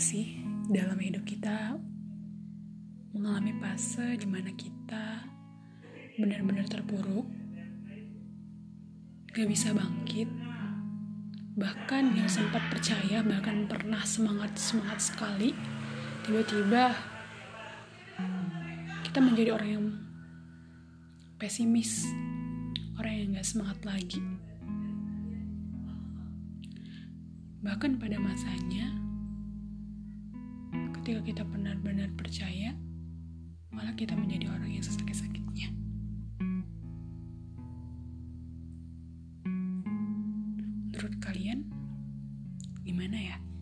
sih dalam hidup kita mengalami fase di mana kita benar-benar terpuruk, gak bisa bangkit, bahkan yang sempat percaya, bahkan pernah semangat sekali, tiba-tiba kita menjadi orang yang pesimis, orang yang gak semangat lagi. Bahkan pada masanya, ketika kita benar-benar percaya, malah kita menjadi orang yang sesakit-sakitnya. Menurut kalian, gimana ya?